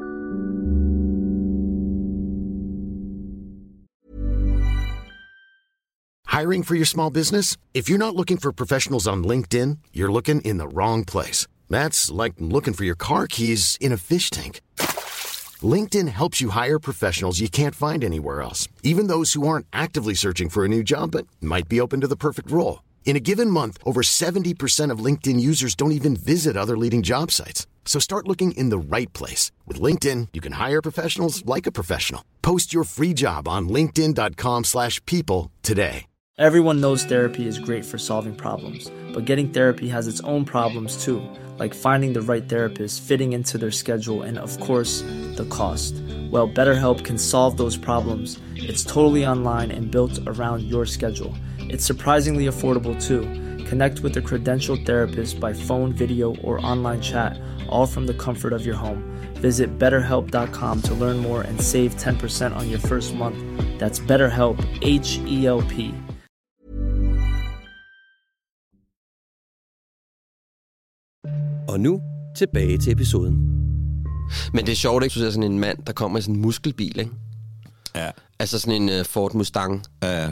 Hiring for your small business? If you're not looking for professionals on LinkedIn, you're looking in the wrong place. That's like looking for your car keys in a fish tank. LinkedIn helps you hire professionals you can't find anywhere else, even those who aren't actively searching for a new job but might be open to the perfect role. In a given month, over seventy percent of LinkedIn users don't even visit other leading job sites. So start looking in the right place. With LinkedIn, you can hire professionals like a professional. Post your free job on linkedin dot com slash people today. Everyone knows therapy is great for solving problems, but getting therapy has its own problems too, like finding the right therapist, fitting into their schedule, and of course, the cost. Well, BetterHelp can solve those problems. It's totally online and built around your schedule. It's surprisingly affordable too. Connect with a credentialed therapist by phone, video, or online chat, all from the comfort of your home. Visit better help dot com to learn more and save ten percent on your first month. That's BetterHelp, H E L P. Og nu tilbage til episoden. Men det er sjovt, ikke? Du ser sådan en mand, der kommer i sådan en muskelbil, ikke? Ja. Altså sådan en uh, Ford Mustang. Ja.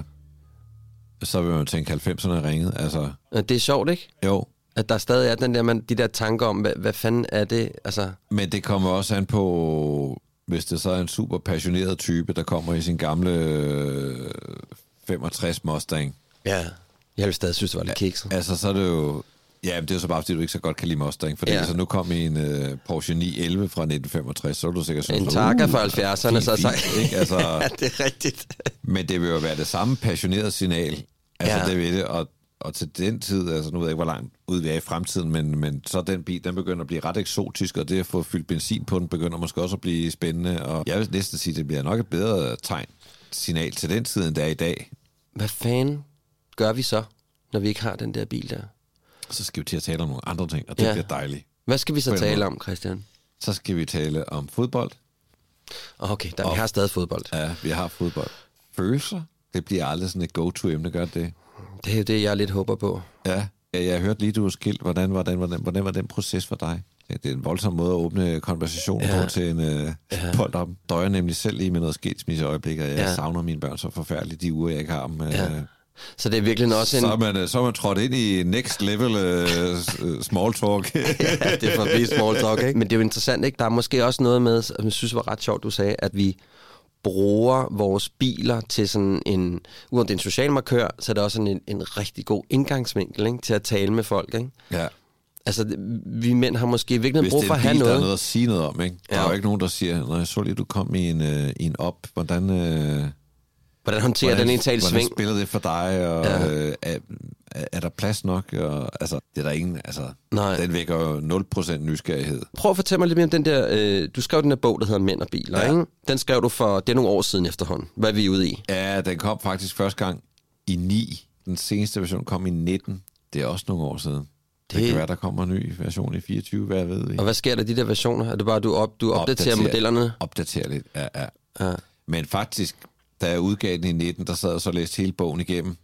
Så vil man tænke, halvfemserne er ringet. Altså. Det er sjovt, ikke? Jo. At der stadig er den der, man, de der tanker om, hvad, hvad fanden er det? Altså. Men det kommer også an på, hvis det så er en super passioneret type, der kommer i sin gamle øh, femogtres Mustang. Ja. Jeg vil stadig synes, det var lidt kikset. Altså, så er det jo... Ja, det er jo så bare, fordi du ikke så godt kan lide Mustang. Fordi ja. Hvis nu kom i en uh, Porsche ni elleve fra nitten femogtres, så er du sikkert sådan... En Targa fra halvfjerdserne, så sagt. Ikke? Altså, ja, det er rigtigt. Men det vil jo være det samme passionerede signal. Altså, ja. Det ved det. Og, og til den tid, altså nu ved jeg ikke, hvor langt ud vi er i fremtiden, men, men så den bil, den begynder at blive ret eksotisk, og det at få fyldt benzin på den, begynder måske også at blive spændende. Og jeg vil næsten sige, at det bliver nok et bedre tegn, signal til den tid, end det er i dag. Hvad fanden gør vi så, når vi ikke har den der bil der? Så skal vi til at tale om nogle andre ting, og det ja. bliver dejligt. Hvad skal vi så tale om, Christian? Så skal vi tale om fodbold. Okay, der, vi har stadig fodbold. Ja, vi har fodbold. Følelser, det bliver aldrig sådan et go-to-emne, gør det? Det er jo det, jeg lidt håber på. Ja, jeg, jeg hørte lige, du var skilt. Hvordan var den, hvordan, hvordan var den proces for dig? Ja, det er en voldsom måde at åbne konversationen ja. på til en uh, ja. bold om. Døjer nemlig selv lige med noget skilsmisse i øjeblik, og jeg ja. savner mine børn så forfærdeligt de uger, jeg ikke har dem. Ja. Uh, Så det er virkelig også en... Så er man, så er man trådt ind i next level uh, small talk. Ja, det er forbi small talk, ikke? Men det er jo interessant, ikke? Der er måske også noget med, som jeg synes var ret sjovt, du sagde, at vi bruger vores biler til sådan en... Uanset en social markør, så er det også en, en rigtig god indgangsvinkel, ikke? Til at tale med folk, ikke? Ja. Altså, vi mænd har måske virkelig brug for at have bil, noget. Der er noget at sige noget om, ikke? Der ja. er jo ikke nogen, der siger, når jeg så lige, du kom i en, uh, i en op, hvordan... Uh Hvordan håndterer hvordan, den indtale sving? Hvordan spiller det for dig, og ja. øh, er, er der plads nok? Og, altså, det er der ingen, altså, Nej. Den vækker jo nul procent nysgerrighed. Prøv at fortælle mig lidt mere om den der, øh, du skrev den der bog, der hedder Mænd og Biler, ja. Ikke? Den skrev du for, det er nogle år siden efterhånden. Hvad er vi ude i? Ja, den kom faktisk første gang i ni. Den seneste version kom i nitten. Det er også nogle år siden. Det, det kan være, der kommer en ny version i fireogtyve, hvad ved vi. Og hvad sker der i de der versioner? Er det bare, du, op, du opdaterer Opdater, modellerne? Opdaterer lidt, ja, ja, ja. Men faktisk... Da jeg udgav den i nitten, der sad jeg så og læste hele bogen igennem.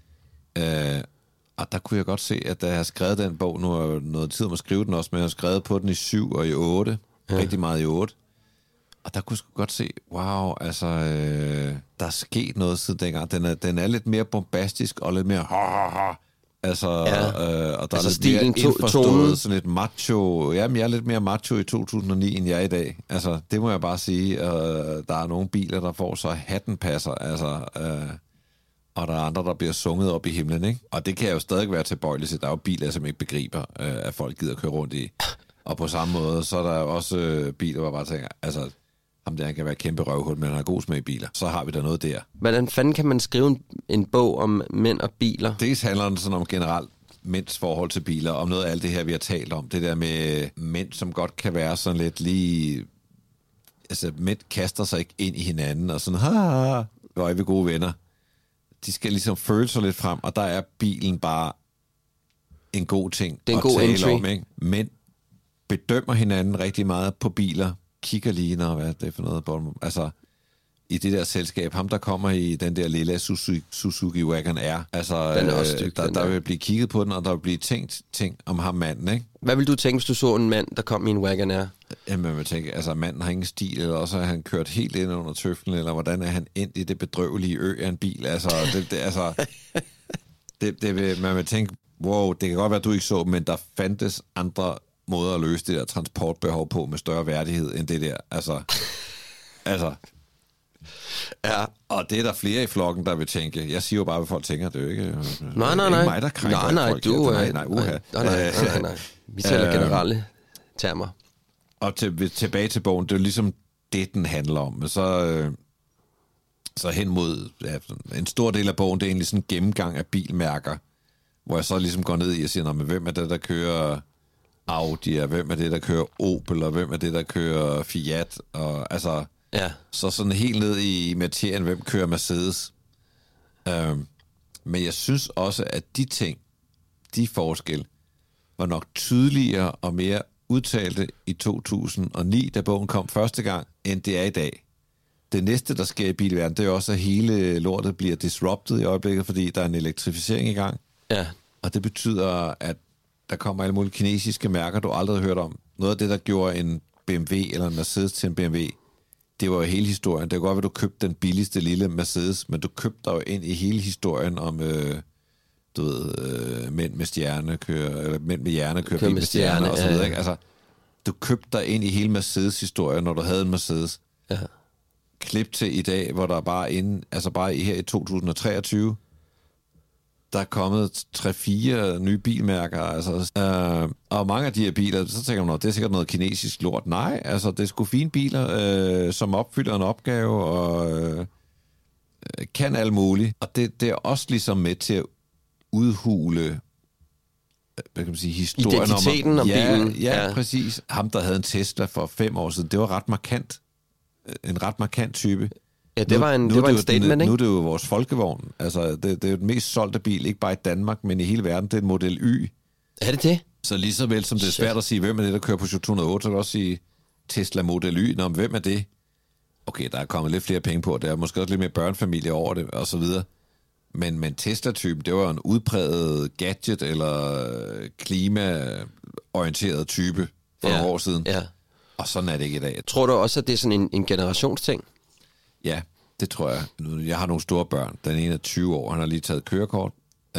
Øh, og der kunne jeg godt se, at da jeg har skrevet den bog, nu er noget tid om at skrive den også, men jeg har skrevet på den i syv og i otte. Ja. Rigtig meget i otte. Og der kunne jeg sgu godt se, wow, altså, øh, der er sket noget siden dengang. Den er, den er lidt mere bombastisk og lidt mere ha, ha, ha. Altså, ja. øh, og der altså er lidt stilen, mere indforstået, sådan lidt macho. Jamen, jeg er lidt mere macho i to tusind og ni, end jeg er i dag. Altså, det må jeg bare sige. Øh, der er nogle biler, der får så hatten passer, altså, øh, og der er andre, der bliver sunget op i himlen, ikke? Og det kan jeg jo stadig være tilbøjelig til. Der er jo biler, som ikke begriber, øh, at folk gider køre rundt i. Og på samme måde, så er der også øh, biler, hvor jeg bare tænker, altså, ham der kan være kæmpe røvhul, men han er god smag i biler. Så har vi der noget der. Hvordan fanden kan man skrive en, en bog om mænd og biler? Dels handler det sådan om generelt mænds forhold til biler, om noget af alt det her, vi har talt om. Det der med mænd, som godt kan være sådan lidt lige... Altså, mænd kaster sig ikke ind i hinanden, og sådan, ha, hvor er vi gode venner. De skal ligesom føle sig lidt frem, og der er bilen bare en god ting det er en at god tale entry. om, ikke? Mænd bedømmer hinanden rigtig meget på biler, kigger lige, når hvad er det for noget, altså... I det der selskab, ham der kommer i den der lille Suzuki, Suzuki Wagon R, altså den er også styg, der, den der der. vil blive kigget på den, og der vil blive tænkt ting om ham manden, ikke? Hvad vil du tænke, hvis du så en mand, der kom i en Wagon R? Jamen, man vil tænke, altså manden har ingen stil, eller også har han kørt helt ind under tøflen, eller hvordan er han endt i det bedrøvelige ø af en bil, altså, det, det, altså det, det vil, man vil tænke, wow, det kan godt være, at du ikke så, men der fandtes andre måder at løse det der transportbehov på med større værdighed end det der, altså, altså... Ja. Og det er der flere i flokken, der vil tænke. Jeg siger jo bare, hvad folk tænker. Det er jo ikke, nej, nej, nej. Det er ikke mig, der krænker nej, nej, folk. Du, nej, nej, uha. nej, nej, nej, nej, nej. Vi taler generelle termer. Og til, tilbage til bogen, det er jo ligesom det, den handler om. Men så, øh, så hen mod... Ja, en stor del af bogen, det er egentlig sådan en gennemgang af bilmærker, hvor jeg så ligesom går ned i og siger, men hvem er det, der kører Audi, og hvem er det, der kører Opel, og hvem er det, der kører Fiat, og altså... Ja. Så sådan helt ned i materien, hvem kører Mercedes. Øhm, men jeg synes også, at de ting, de forskel, var nok tydeligere og mere udtalte i to tusind og ni, da bogen kom første gang, end det er i dag. Det næste, der sker i bilverdenen, det er også, at hele lortet bliver disrupted i øjeblikket, fordi der er en elektrificering i gang. Ja. Og det betyder, at der kommer alle mulige kinesiske mærker, du aldrig har hørt om. Noget af det, der gjorde en B M W eller en Mercedes til en B M W, det var jo hele historien. Det var godt, at du købte den billigste lille Mercedes, men du købte dig jo ind i hele historien om, øh, du ved, øh, mænd med stjerne kører, eller mænd med hjerne kører bil med stjerne, stjerne og så videre, ja, ja. Altså, du købte dig ind i hele Mercedes-historien, når du havde en Mercedes. Ja. Klip til i dag, hvor der bare inde, altså bare her i to tusind og treogtyve, der er kommet tre-fire nye bilmærker, altså, øh, og mange af de her biler, så tænker man, det er sikkert noget kinesisk lort. Nej, altså, det er sgu fine biler, øh, som opfylder en opgave, og øh, kan alt muligt. Og det, det er også ligesom med til at udhule, hvad kan man sige, historien identiteten om, om ja, bilen. Ja, ja, præcis. Ham, der havde en Tesla for fem år siden, det var ret markant. En ret markant type. Ja, det var en, nu, det nu var en det statement, den, ikke? Nu er det jo vores folkevogn. Altså, det, det er jo den mest solgte bil, ikke bare i Danmark, men i hele verden. Det er en Model Y. Er det det? Så lige så vel som det er svært at sige, hvem er det, der kører på to hundrede og otte, så kan du også sige Tesla Model Y. Nå, hvem er det? Okay, der er kommet lidt flere penge på, der er måske også lidt mere børnefamilie over det, og så videre. Men, men Tesla-typen, det var en udpræget gadget- eller klimaorienteret type for ja, nogle år siden. Ja. Og sådan er det ikke i dag. Tror du også, at det er sådan en, en generationsting? Ja, det tror jeg. Jeg har nogle store børn. Den ene er tyve år, han har lige taget kørekort. Øh,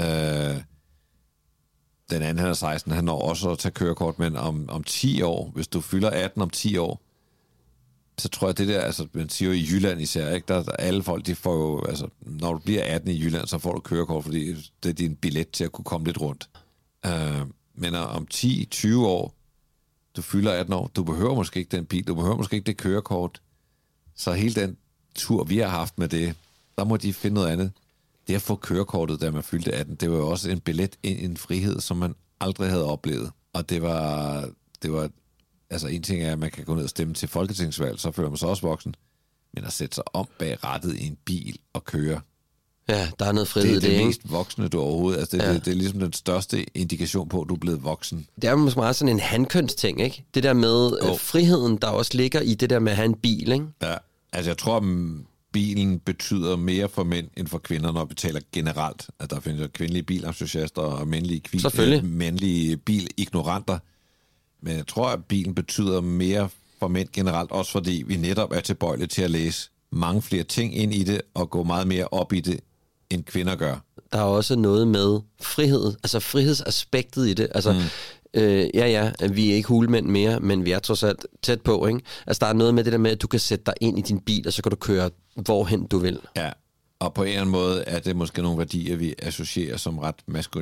den anden, han er seksten, han når også at tage kørekort, men om, om ti år, hvis du fylder atten om ti år, så tror jeg, det der, altså, man siger jo i Jylland især, ikke? Der, der alle folk, de får jo, altså, når du bliver atten i Jylland, så får du kørekort, fordi det er din billet til at kunne komme lidt rundt. Øh, men om ti til tyve år, du fylder atten år, du behøver måske ikke den bil, du behøver måske ikke det kørekort, så hele den tur, vi har haft med det, der må de finde noget andet. Det at få kørekortet, da man fyldte atten, det var jo også en billet ind i en frihed, som man aldrig havde oplevet. Og det var, det var, altså en ting er, at man kan gå ned og stemme til folketingsvalg, så føler man sig også voksen. Men at sætte sig om bag rattet i en bil og køre, ja, der er noget frihed det er det, det mest voksne, du overhovedet. Altså det, ja. det, det er ligesom den største indikation på, at du er blevet voksen. Det er måske meget sådan en handkønsting, ikke? Det der med oh. øh, friheden, der også ligger i det der med at have en bil, ikke? Ja, altså jeg tror, at bilen betyder mere for mænd end for kvinder, når vi taler generelt. At der findes kvindelige bilentusiaster og mandlige, kvin- mandlige bilignoranter. Men jeg tror, at bilen betyder mere for mænd generelt, også fordi vi netop er tilbøjelige til at læse mange flere ting ind i det, og gå meget mere op i det, end kvinder gør. Der er også noget med frihed, altså frihedsaspektet i det. Altså, mm. øh, ja, ja, vi er ikke hulemænd mere, men vi er trods alt tæt på, ikke? Altså, der er noget med det der med, at du kan sætte dig ind i din bil, og så kan du køre hvorhen du vil. Ja, og på en eller anden måde er det måske nogle værdier, vi associerer som ret maskulin.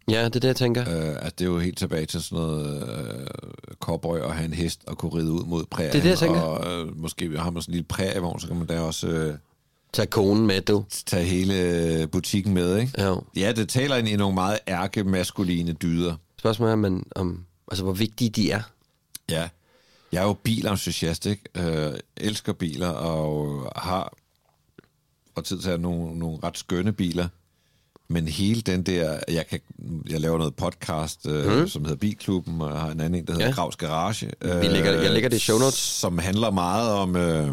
Ja, det er det, jeg tænker. Øh, altså, det er jo helt tilbage til sådan noget øh, cowboy og have en hest og kunne ride ud mod prærien. Det er det, jeg tænker. Og øh, måske har man sådan en lille prærievogn, så kan man da også... Øh, Tag konen med, du. Tage hele butikken med, ikke? Ja. Ja, det taler ind i nogle meget ærkemaskuline dyder. Spørgsmålet er, man, om, altså, hvor vigtige de er. Ja. Jeg er jo bilentusiast, ikke? Øh, elsker biler og har fra tid til at nogle, nogle ret skønne biler. Men hele den der... Jeg, kan, jeg laver noget podcast, øh, mm. som hedder Bilklubben, og har en anden en, der hedder ja. Gravs Garage. Øh, Vi lægger, jeg lægger det i show notes. Som handler meget om... Øh,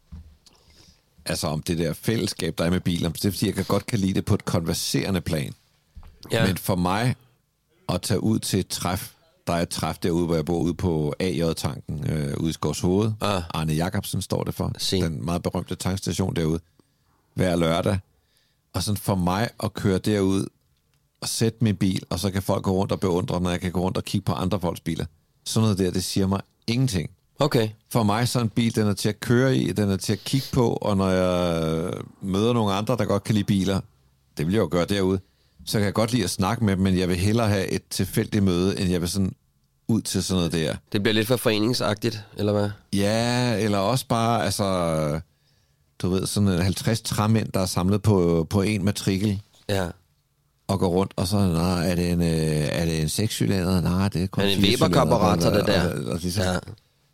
altså om det der fællesskab, der er med biler. Det er fordi, jeg kan godt kan lide det på et konverserende plan. Ja. Men for mig at tage ud til et træf, der er et træf derude, hvor jeg bor ude på A J-tanken, øh, ude i Skovshoved. Ah. Arne Jacobsen står det for. Sen. Den meget berømte tankstation derude. Hver lørdag. Og sådan for mig at køre derud og sætte min bil, og så kan folk gå rundt og beundre, når jeg kan gå rundt og kigge på andre folks biler. Sådan noget der, det siger mig ingenting. Okay. For mig så en bil, den er til at køre i, den er til at kigge på, og når jeg møder nogle andre, der godt kan lide biler, det vil jeg jo gøre derude, så kan jeg godt lide at snakke med dem, men jeg vil hellere have et tilfældigt møde, end jeg vil sådan ud til sådan noget der. Det bliver lidt for foreningsagtigt, eller hvad? Ja, eller også bare, altså, du ved, sådan halvtreds træmænd, der er samlet på, på en matrikel. Ja. Og går rundt, og så, nej, er det en, er det en sekscylinder? Nej, det er kun er det en Weber-karburator, det der? Og, og, og ligesom, ja.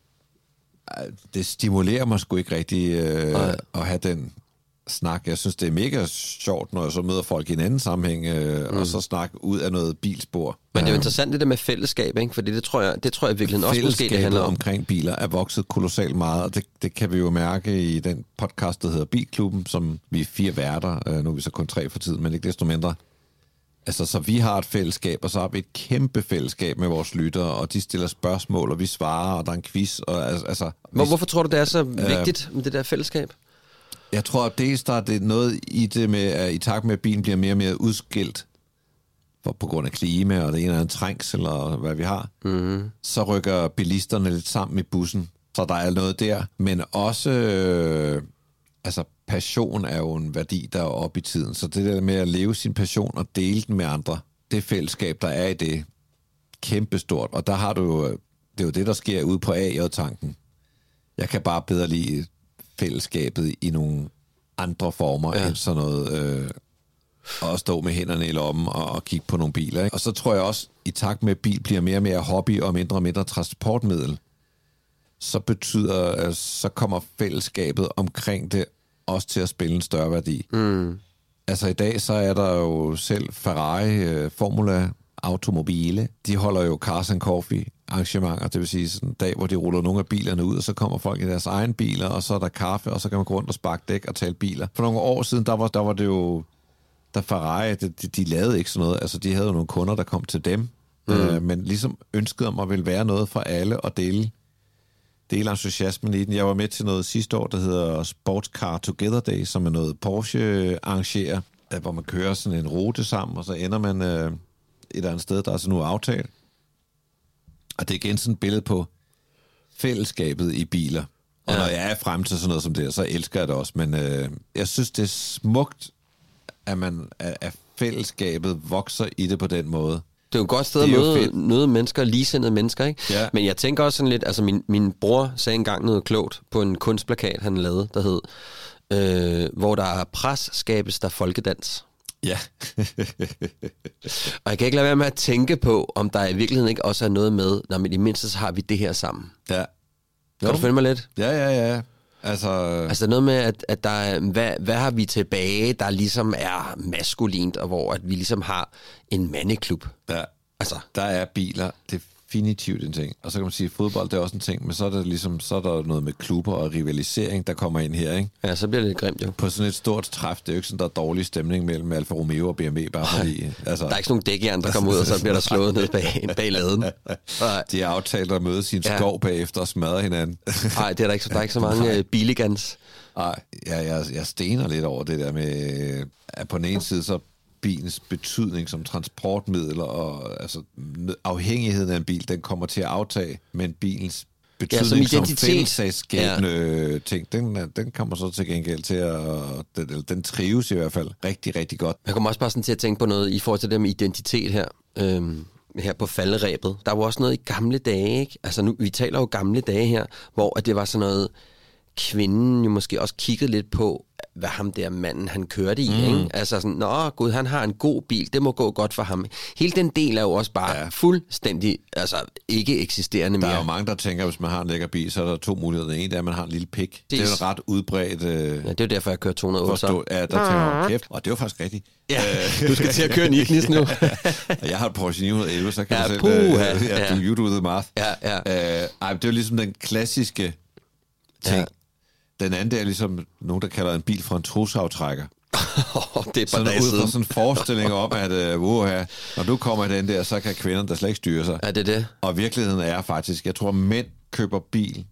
Det stimulerer mig sgu ikke rigtig øh, at have den snak. Jeg synes, det er mega sjovt, når jeg så møder folk i en anden sammenhæng, øh, mm. og så snakke ud af noget bilspor. Men det er jo interessant det der med fællesskab, ikke? Fordi det tror jeg, det tror jeg virkelig også måske det handler om. Omkring biler er vokset kolossalt meget, og det, det kan vi jo mærke i den podcast, der hedder Bilklubben, som vi er fire værter, øh, nu er vi så kun tre for tiden, men ikke desto mindre. Altså, så vi har et fællesskab, og så har vi et kæmpe fællesskab med vores lyttere, og de stiller spørgsmål, og vi svarer, og der er en quiz. Og, altså, Hvor, hvorfor tror du, det er så vigtigt øh, med det der fællesskab? Jeg tror, at dels der er det noget i det med, at i takt med, at bilen bliver mere og mere udskilt, for, på grund af klima, og det ene er en trængsel, og hvad vi har, mm-hmm. så rykker bilisterne lidt sammen i bussen. Så der er noget der, men også... Øh, altså, passion er jo en værdi, der er oppe i tiden. Så det der med at leve sin passion og dele den med andre, det fællesskab, der er i det, kæmpestort. Og der har du jo, det er jo det, der sker ude på A J-tanken. Jeg kan bare bedre lide fællesskabet i nogle andre former, ja. End sådan noget, øh, at stå med hænderne i lommen og, og kigge på nogle biler. Ikke? Og så tror jeg også, i takt med, at bil bliver mere og mere hobby og mindre og mindre transportmiddel, så betyder, så kommer fællesskabet omkring det også til at spille en større værdi. Mm. Altså i dag, så er der jo selv Ferrari, Formula, Automobile, de holder jo Cars and Coffee arrangementer, det vil sige sådan en dag, hvor de ruller nogle af bilerne ud, og så kommer folk i deres egen biler, og så er der kaffe, og så kan man gå rundt og sparke dæk og tale biler. For nogle år siden, der var, der var det jo, der Ferrari, de, de lavede ikke sådan noget, altså de havde jo nogle kunder, der kom til dem, mm. øh, men ligesom ønskede om at ville være noget for alle og dele dele entusiasmen i den. Jeg var med til noget sidste år, der hedder Sports Car Together Day, som er noget Porsche arrangerer, hvor man kører sådan en rute sammen, og så ender man øh, et eller andet sted, der er så nu aftalt. Og det er igen sådan et billede på fællesskabet i biler. Og ja. Når jeg er frem til sådan noget som det, så elsker jeg det også. Men øh, jeg synes, det er smukt, at man at fællesskabet vokser i det på den måde. Det er jo et godt sted at møde, møde mennesker, ligesindede mennesker, ikke? Ja. Men jeg tænker også sådan lidt, altså min, min bror sagde engang noget klogt på en kunstplakat, han lavede, der hed, øh, hvor der er pres, skabes der folkedans. Ja. Og jeg kan ikke lade være med at tænke på, om der i virkeligheden ikke også er noget med, når men i mindste så har vi det her sammen. Ja. Kan jo. Du følge mig lidt? Ja, ja, ja. Altså, altså noget med, at, at der er, hvad, hvad har vi tilbage, der ligesom er maskulint, og hvor at vi ligesom har en mandeklub. Ja, altså. Der er biler definitivt en ting. Og så kan man sige, at fodbold det er også en ting, men så er der ligesom, så er der noget med klubber og rivalisering, der kommer ind her, ikke? Ja, så bliver det lidt grimt, jo. På sådan et stort træf, det er jo ikke sådan, der er dårlig stemning mellem Alfa Romeo og B M W, bare fordi... Altså, der er ikke sådan nogle dækjern, der kommer ud, og så bliver der slået ned bag, bag laden. De er aftalt at møde sin skov ja. Bagefter og smadre hinanden. Nej, det er der ikke, der er ikke så mange uh, biligans. Nej, jeg, jeg, jeg stener lidt over det der med, at på den ene side, så bilens betydning som transportmiddel, og altså afhængigheden af en bil, den kommer til at aftage, men bilens betydning ja, som, som fællesskabsskabende ja. Ting, den, den kommer så til gengæld til at, den, den trives i hvert fald rigtig, rigtig godt. Jeg kommer også bare sådan til at tænke på noget i forhold til det med identitet her. øhm, her på falderæbet. Der var også noget i gamle dage, ikke? Altså nu, vi taler jo gamle dage her, hvor at det var sådan noget, kvinden jo måske også kiggede lidt på, hvad ham der manden, han kørte i, mm. ikke? Altså sådan, nå gud, han har en god bil, det må gå godt for ham. Hele den del er jo også bare ja. fuldstændig, altså ikke eksisterende mere. Der er jo mange, der tænker, at hvis man har en lækker bil, så er der to muligheder. En er, at man har en lille pik. Det er jo en ret udbredt... Øh, ja, det er jo derfor, jeg kører to hundrede og otte. Forstå, ja, der tænker jeg, kæft. Og det var faktisk rigtigt. Ja, du skal til at køre en Ignis nu. Jeg har et Porsche ni hundrede og elleve, så kan ja, du selv... Puh, øh, ja, ja, du do the math. Ja, ja. Øh, ej, det er jo ligesom den klassiske ting. Ja. Den anden er ligesom nogen, der kalder en bil for en trusaftrækker. Oh, det er sådan ud fra sådan en forestilling om, at uh, wow, når du kommer i den der, så kan kvinderne der slet ikke styre sig. Er det det? Og virkeligheden er faktisk, jeg tror, at mænd køber bil.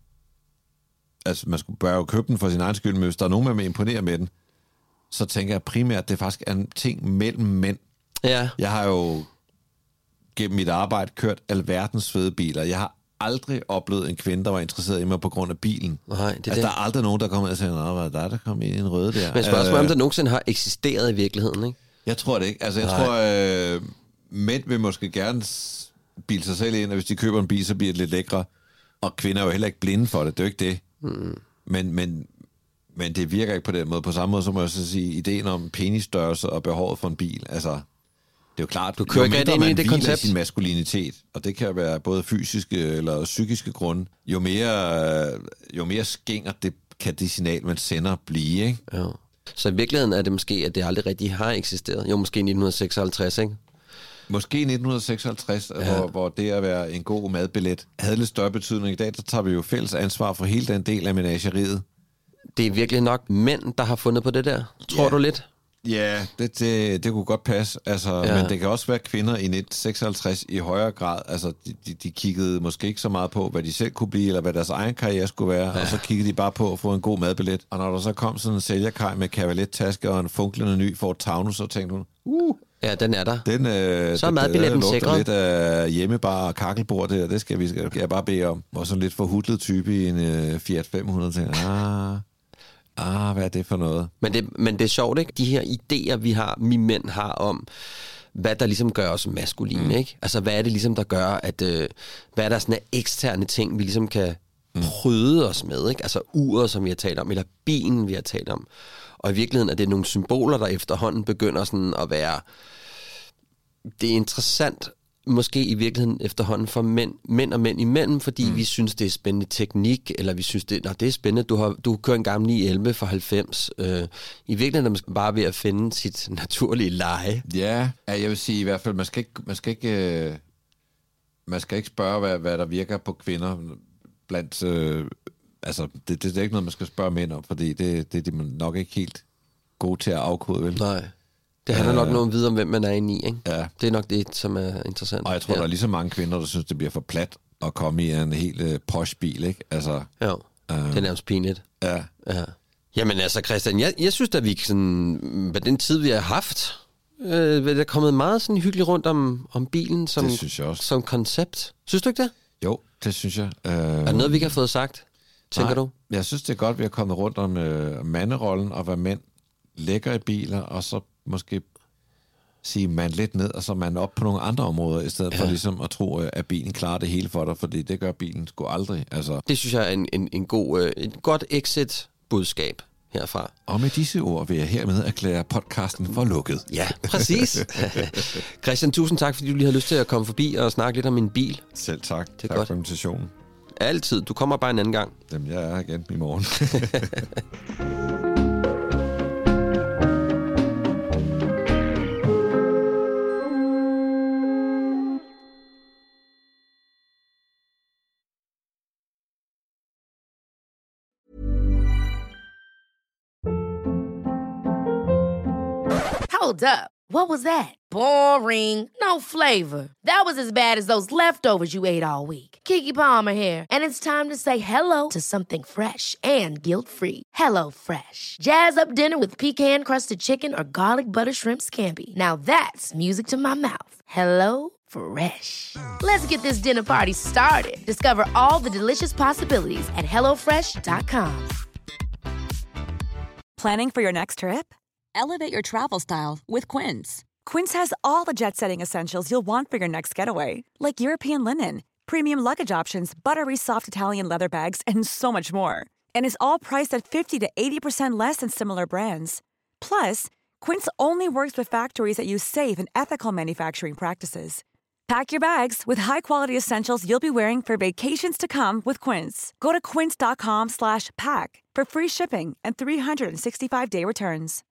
Altså, man skulle bør jo købe den for sin egen skyld, men hvis der er nogen, der vil imponere med den, så tænker jeg primært, at det faktisk er en ting mellem mænd. Ja. Jeg har jo gennem mit arbejde kørt alverdens fede biler. Jeg har aldrig oplevet en kvinde, der var interesseret i mig på grund af bilen. Nej, det er altså, det. der er aldrig nogen, der kommer og siger, nå, hvad er der, der kom ind i en røde der? Men spørgsmålet er, om der nogensinde har eksisteret i virkeligheden, ikke? Jeg tror det ikke. Altså, jeg Nej. tror, øh, mænd vil måske gerne bilde sig selv ind, og hvis de køber en bil, så bliver det lidt lækre. Og kvinder er jo heller ikke blinde for det. Det er jo ikke det. Mm. Men, men, men det virker ikke på den måde. På samme måde, så må jeg så sige, ideen om penisstørrelse og behovet for en bil, altså... Det er jo klart, du kører ikke ind i det koncept. Sin maskulinitet, og det kan være både fysiske eller psykiske grunde. Jo mere, jo mere skinger det kan det signal, man sender, blive, ikke? Ja. Så i virkeligheden er det måske, at det aldrig rigtig har eksisteret. Jo, måske i nitten seksoghalvtreds, ikke? Måske i nitten seksoghalvtreds, ja. hvor, hvor det at være en god madbillet havde lidt større betydning. I dag så tager vi jo fælles ansvar for hele den del af menageriet. Det er virkelig nok mænd, der har fundet på det der, tror ja. du lidt? Ja, det, det, det kunne godt passe, altså, ja. Men det kan også være kvinder i nitten seksoghalvtreds i højere grad, altså de, de, de kiggede måske ikke så meget på, hvad de selv kunne blive, eller hvad deres egen karriere skulle være, ja. Og så kiggede de bare på at få en god madbillet. Og når der så kom sådan en sælgerkaj med kavalet-taske og en funklende ny Ford Taunus, så tænkte hun, uh, ja, den er der. Den, øh, så er madbilletten sikret. Lidt af hjemmebar og kakkelbord der, det skal vi skal jeg bare bede om. Og sådan lidt forhudlet type i en øh, Fiat fem hundrede, tænkte ah... Ah, hvad er det for noget? Men det, men det er sjovt, ikke? De her idéer, vi har, vi mænd har om, hvad der ligesom gør os maskuline, mm. ikke? Altså, hvad er det ligesom, der gør, at... Øh, hvad er der sådan en eksterne ting, vi ligesom kan mm. pryde os med, ikke? Altså uret, som vi har talt om, eller bilen, vi har talt om. Og i virkeligheden er det nogle symboler, der efterhånden begynder sådan at være... Det er interessant... måske i virkeligheden efterhånden for mænd, mænd og mænd imellem, fordi mm. vi synes, det er spændende teknik, eller vi synes, det, nej, det er spændende, du har du kører en gammel ni elleve fra halvfems. Øh, I virkeligheden er man bare ved at finde sit naturlige leje. Ja, jeg vil sige i hvert fald, man skal ikke, man skal ikke, øh, man skal ikke spørge, hvad, hvad der virker på kvinder blandt, øh, altså, det, det, det er ikke noget, man skal spørge mænd om, fordi det, det, det er de nok ikke helt gode til at afkode, vel? Nej. Det handler nok noget om vide om, hvem man er inde i, ikke? Ja. Det er nok det, som er interessant. Og jeg tror, ja. der er lige så mange kvinder, der synes, det bliver for plat at komme i en helt uh, posh-bil, ikke? Altså, jo, uh, det er nærmest pinligt. Ja. ja. Jamen altså, Christian, jeg, jeg synes, at vi sådan, med den tid, vi har haft, øh, der er kommet meget sådan hyggeligt rundt om, om bilen som, som koncept. Synes du ikke det? Jo, det synes jeg. Uh, er det noget, vi ikke har fået sagt, tænker nej, du? Jeg synes, det er godt, at vi har kommet rundt om uh, manderollen, og hvad mænd lægger i biler, og så måske sige man lidt ned, og så man op på nogle andre områder, i stedet ja. for ligesom at tro, at bilen klarer det hele for dig, fordi det gør bilen sgu aldrig. Altså. Det synes jeg er en, en, en god, et godt exit-budskab herfra. Og med disse ord vil jeg hermed erklære podcasten for lukket. Ja, præcis. Christian, tusind tak, fordi du lige har lyst til at komme forbi og snakke lidt om min bil. Selv tak. Det er tak godt. for invitationen. Altid. Du kommer bare en anden gang. Jamen, jeg er her igen i morgen. Hold up. What was that? Boring. No flavor. That was as bad as those leftovers you ate all week. Keke Palmer here, and it's time to say hello to something fresh and guilt-free. Hello Fresh. Jazz up dinner with pecan-crusted chicken or garlic butter shrimp scampi. Now that's music to my mouth. Hello Fresh. Let's get this dinner party started. Discover all the delicious possibilities at hello fresh dot com. Planning for your next trip? Elevate your travel style with Quince. Quince has all the jet-setting essentials you'll want for your next getaway, like European linen, premium luggage options, buttery soft Italian leather bags, and so much more. And is all priced at fifty to eighty percent less than similar brands. Plus, Quince only works with factories that use safe and ethical manufacturing practices. Pack your bags with high-quality essentials you'll be wearing for vacations to come with Quince. Go to quince.com slash pack for free shipping and three hundred sixty-five day returns.